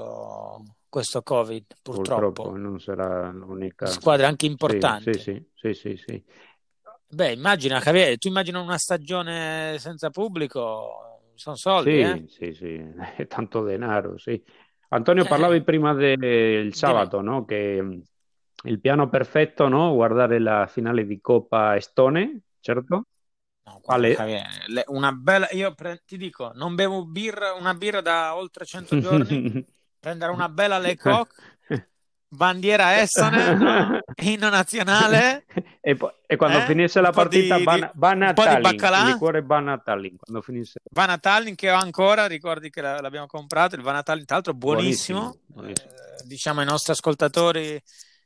questo Covid, purtroppo purtroppo. non sarà l'unica. Squadre anche Sì, sì, importanti. sì, sì, sì, sì. Beh, immagina, Javier, tu immagina una stagione senza pubblico, sono soldi, Sì, sì, sì, è tanto denaro, sì. Antonio, Eh, parlavi prima del dimmi. sabato, no? Che il piano perfetto, no? Guardare la finale di Coppa Estone, certo? No, guarda, Ale... Javier, una bella, ti dico, non bevo una birra da oltre 100 giorni, prendere una bella Le Coq, bandiera Essone, no? Inno nazionale, E quando finisse la partita, Van un a po' di Tallinn, il baccalà. liquore Van a Tallinn, quando finisse. Vana Tallinn che ho ancora, ricordi che l'abbiamo comprato, il Vana Tallinn, tra l'altro Buonissimo, buonissimo. buonissimo. Diciamo ai nostri ascoltatori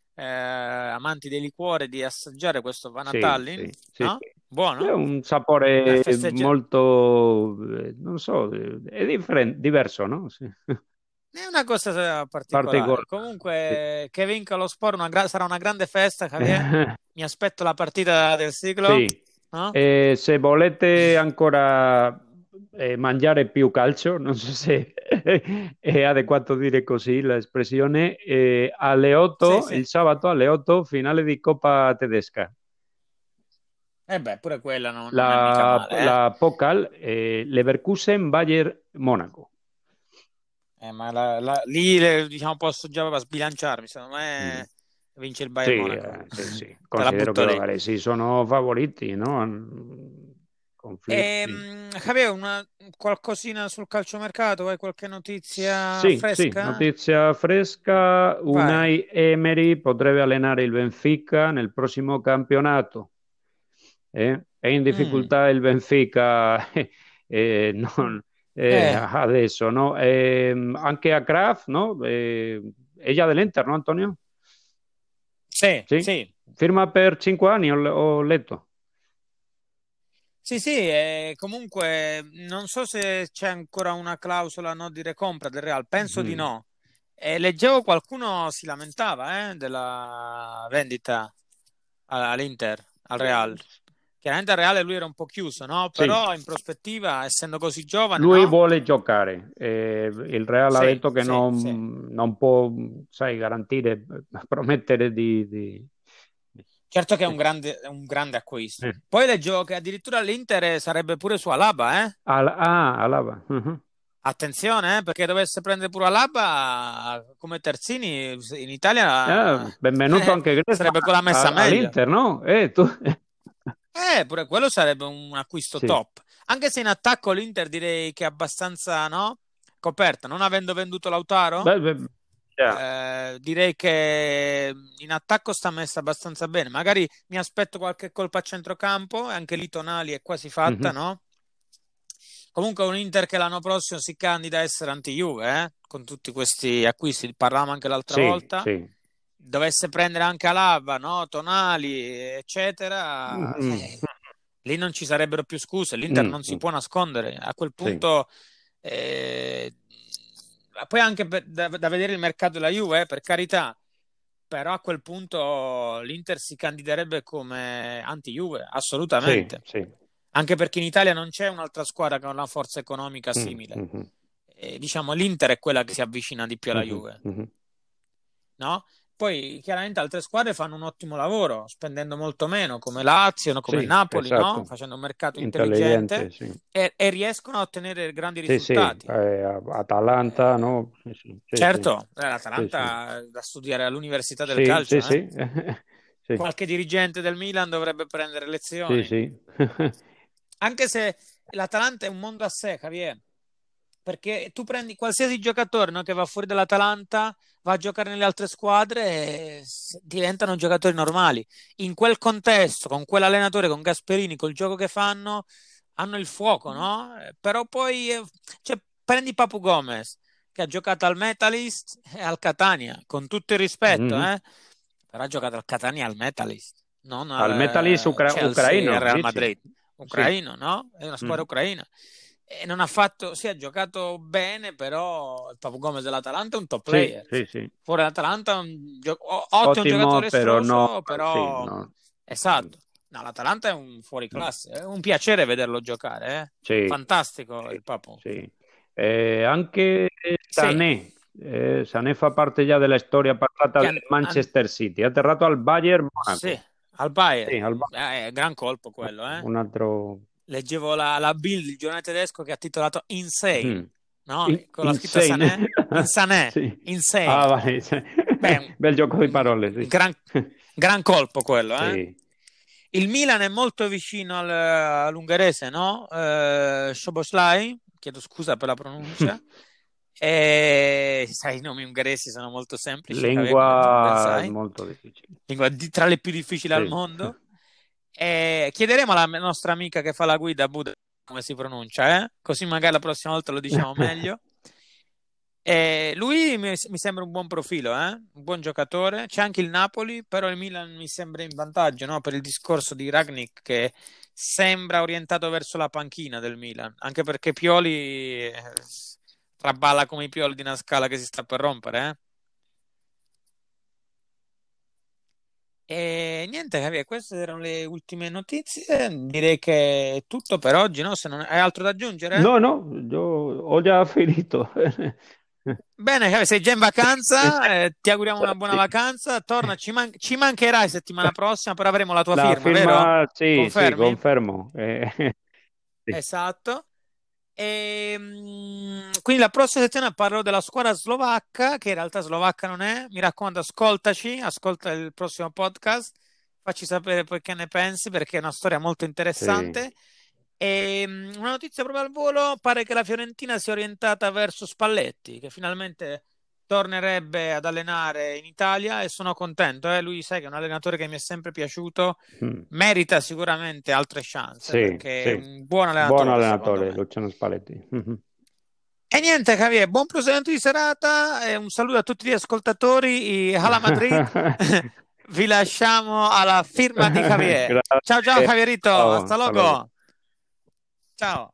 amanti dei liquori di assaggiare questo Vana Sì, Tallinn, sì, sì, no? sì. È Buono? un Per sapore festeggiare. molto, non so, è diverso, no? Sì. È una cosa particolare. Particolare. Sì. Comunque, che vinca lo sport sarà una grande festa, Javier. Mi aspetto la partita del siglo, Sì. no? Se volete ancora mangiare più calcio, non so se è adeguato dire così l'espressione, alle Sì, 8, sì. il sabato alle 8, finale di Coppa tedesca. E beh, pure quella non è mica La, male, la Pokal, Leverkusen, Bayern, Monaco. Ma lì diciamo, posso già sbilanciarmi, secondo me vince il Bayern Monaco. Sì. Te la Considero butto che lì. magari sì, sono favoriti, no? Conflitti. Javier, qualcosina sul calciomercato? Hai qualche notizia Sì, fresca? notizia fresca. Vai. Unai Emery potrebbe allenare il Benfica nel prossimo campionato. È in Mm. difficoltà il Benfica non, Eh, adesso, no? Anche a Kraft, no? Ella dell'Inter, no, Antonio? sì, Sì. sì. Firma per 5 anni, ho letto. Sì, sì, comunque non so se c'è ancora una clausola no di recompra del Real, penso di Mm. no. Leggevo qualcuno si lamentava della vendita all'Inter, al Real. Chiaramente al Real lui era un po' chiuso, no? Sì, Però in prospettiva, essendo così giovane, lui no? vuole giocare. Il Real ha Sì, detto che sì, sì. non può, sai, garantire, promettere di... Certo che è un grande acquisto. eh. Poi leggevo che addirittura l'Inter sarebbe pure su Alaba, eh? Alaba. Mhm. Attenzione, perché dovesse prendere pure Alaba come terzini in Italia Benvenuto anche sarebbe Griezmann quella messa meglio. all'Inter, no? Tu... Pure quello sarebbe un acquisto Sì. top. Anche se in attacco l'Inter direi che è abbastanza, no? Coperta, non avendo venduto Lautaro, Già. direi che in attacco sta messa abbastanza bene. Magari mi aspetto qualche colpo a centrocampo, e anche lì Tonali è quasi fatta, Mhm. no? Comunque un Inter che l'anno prossimo si candida a essere anti-Juve, con tutti questi acquisti, parlavamo anche l'altra Sì, volta, sì. dovesse prendere anche Alaba, no? Tonali, eccetera, Mhm. lì non ci sarebbero più scuse, l'Inter non si Mhm. può nascondere, a quel Sì, punto poi anche da vedere il mercato della Juve, per carità, però a quel punto l'Inter si candiderebbe come anti-Juve, sì, assolutamente. sì. Anche perché in Italia non c'è un'altra squadra che ha una forza economica simile. Mhm. Diciamo, l'Inter è quella che si avvicina di più alla Mhm. Juve, Mhm. no? Poi chiaramente altre squadre fanno un ottimo lavoro, spendendo molto meno, come Lazio, no? Come Sì, Napoli, no? esatto. Facendo un mercato Intelligente, intelligente sì. e riescono a ottenere grandi Sì, risultati. Atalanta, Eh, no? Sì. certo, Sì. l'Atalanta è da studiare all'Università del Sì, sì, Calcio, eh? sì. Sì, Qualche dirigente del Milan dovrebbe prendere sì, lezioni. sì. Anche se l'Atalanta è un mondo a sé, Javier, perché tu prendi qualsiasi giocatore, no, che va fuori dall'Atalanta, va a giocare nelle altre squadre e diventano giocatori normali. In quel contesto, con quell'allenatore, con Gasperini, col gioco che fanno, hanno il fuoco, no? Però poi cioè, prendi Papu Gomez, che ha giocato al Metalist e al Catania, con tutto il rispetto, Mhm. però ha giocato al Catania e al Metalist, non Al Metalist al Chelsea e al ucraino, Real dici? Madrid. Sì. Ucraino, no? È una squadra Mhm. ucraina. E non ha fatto, sì, ha giocato bene, però il Papu Gomez dell'Atalanta è un top Sì, player. sì, sì. Fuori dall'Atalanta è un ottimo Ottimo, giocatore però no, estroso, sì, però no. esatto. No, l'Atalanta è un fuoriclasse, è un piacere vederlo giocare, eh. Sì, Fantastico sì, il Papu. sì. Anche Sì, Sané fa parte già della storia passata che del Manchester City. Ha atterrato al Bayern sì, Monaco. al Bayern. Sì, al Gran colpo quello, Bayern. eh. Un altro... Leggevo la Bild, il giornale tedesco, che ha titolato Insane, Mm. no? Con la scritta Insane. Sané, Insané, Sì. Insane. Ah, vale. Beh, Bel gioco di un parole, sì. gran colpo quello, eh? Sì. Il Milan è molto vicino all'ungherese, no? Szoboszlai, chiedo scusa per la pronuncia. E sai, i nomi ungheresi sono molto semplici, Javier, come tu ben Lingua sai. molto difficile. Lingua tra le più difficili al Sì. mondo. E chiederemo alla nostra amica che fa la guida a Budapest come si pronuncia, eh? Così magari la prossima volta lo diciamo meglio. Lui mi sembra un buon profilo, un buon giocatore. C'è anche il Napoli, però il Milan mi sembra in vantaggio, no? Per il discorso di Ragnik che sembra orientato verso la panchina del Milan, anche perché Pioli traballa come i pioli di una scala che si sta per rompere, eh? E niente, Javier, queste erano le ultime notizie. Direi che è tutto per oggi, no? Se non hai altro da aggiungere? No, io ho già finito. Bene, Javier, sei già in vacanza, ti auguriamo una buona Sì. vacanza. Torna, ci mancherai settimana prossima, però avremo la tua La firma, vero? firma, sì, Confermi? confermo. Sì. Esatto. Quindi la prossima settimana parlerò della squadra slovacca, che in realtà slovacca non è. Mi raccomando, ascoltaci, ascolta il prossimo podcast, facci sapere poi che ne pensi, perché è una storia molto Sì. interessante. Una notizia proprio al volo: pare che la Fiorentina sia orientata verso Spalletti, che finalmente tornerebbe ad allenare in Italia, e sono contento. Lui, sai, che è un allenatore che mi è sempre piaciuto, Mm. merita sicuramente altre chance, Sì, perché è sì. un buon Buon allenatore, secondo allenatore, me. Luciano Spalletti. Mhm. E niente, Javier, buon proseguimento di serata e un saluto a tutti gli ascoltatori. Hala Madrid, vi lasciamo alla firma di Javier. Ciao ciao Grazie. Javierito, Ciao, hasta hasta luego. luego. Ciao.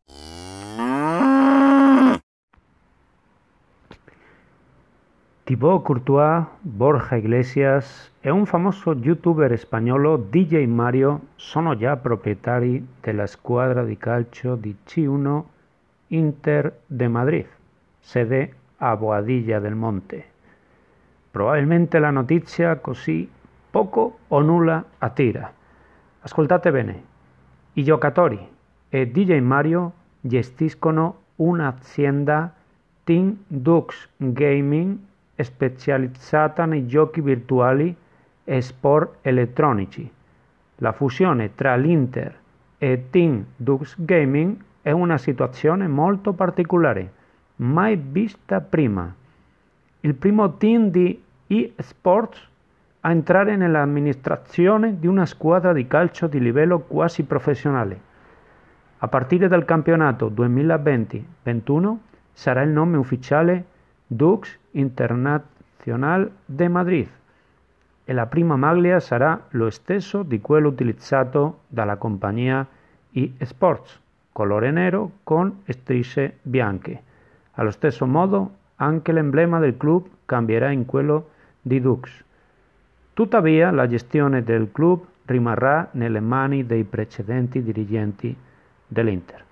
Thibaut Courtois, Borja Iglesias e un famoso youtuber spagnolo, DJ Mario, sono già proprietari della squadra di calcio di C1 Inter de Madrid, sede a Boadilla del Monte. Probabilmente la notizia così poco o nulla attira. Ascoltate bene, i giocatori e DJ Mario gestiscono un'azienda Team Dux Gaming specializzata nei giochi virtuali e sport elettronici. La fusione tra l'Inter e Team Dux Gaming è una situazione molto particolare, mai vista prima. Il primo team di eSports a entrare nell'amministrazione di una squadra di calcio di livello quasi professionale. A partire dal campionato 2020-21 sarà il nome ufficiale Dux International de Madrid e la prima maglia sarà lo stesso di quello utilizzato dalla compagnia eSports, colore nero con strisce bianche. Allo stesso modo anche l'emblema del club cambierà in quello di Dux. Tuttavia la gestione del club rimarrà nelle mani dei precedenti dirigenti dell'Inter.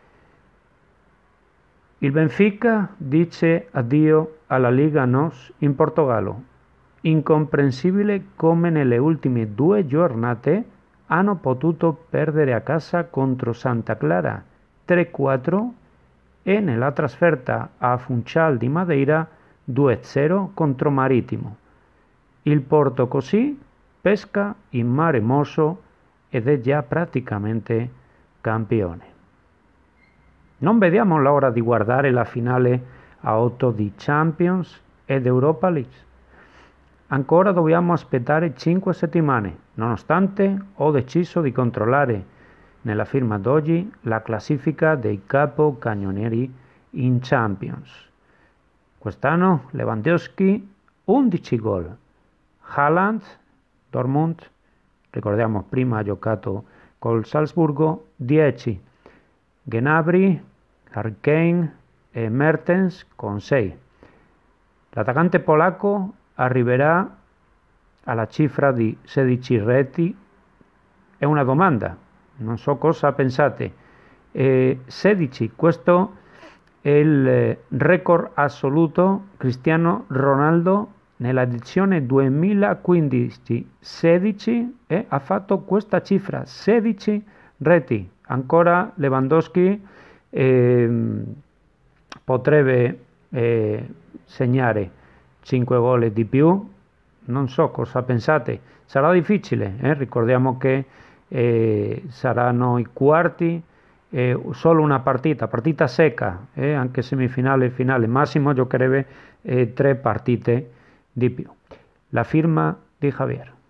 Il Benfica dice addio alla Liga NOS in Portogallo. Incomprensibile come nelle ultime 2 giornate hanno potuto perdere a casa contro Santa Clara 3-4 e nella trasferta a Funchal di Madeira 2-0 contro Marittimo. Il Porto così pesca in mare mosso ed è già praticamente campione. Non vediamo l'ora di guardare la finale a 8 di Champions ed Europa League. Ancora dobbiamo aspettare 5 settimane, nonostante ho deciso di controllare nella firma d'oggi la classifica dei capocannonieri in Champions. Quest'anno Lewandowski 11 gol, Haaland, Dortmund, ricordiamo prima ha giocato col Salzburgo, 10, Gnabry, Harry Kane e Mertens con 6. L'attaccante polacco arriverà alla cifra di 16 reti. È una domanda, non so cosa pensate. 16, questo è il record assoluto. Cristiano Ronaldo nella edizione 2015 16 ha fatto questa cifra, 16 reti. Ancora Lewandowski potrebbe segnare 5 gol di più. Non so cosa pensate, sarà difficile, ricordiamo che saranno i quarti, solo una partita secca, anche semifinale e finale, massimo giocherebbe 3 partite di più. La firma di Javier.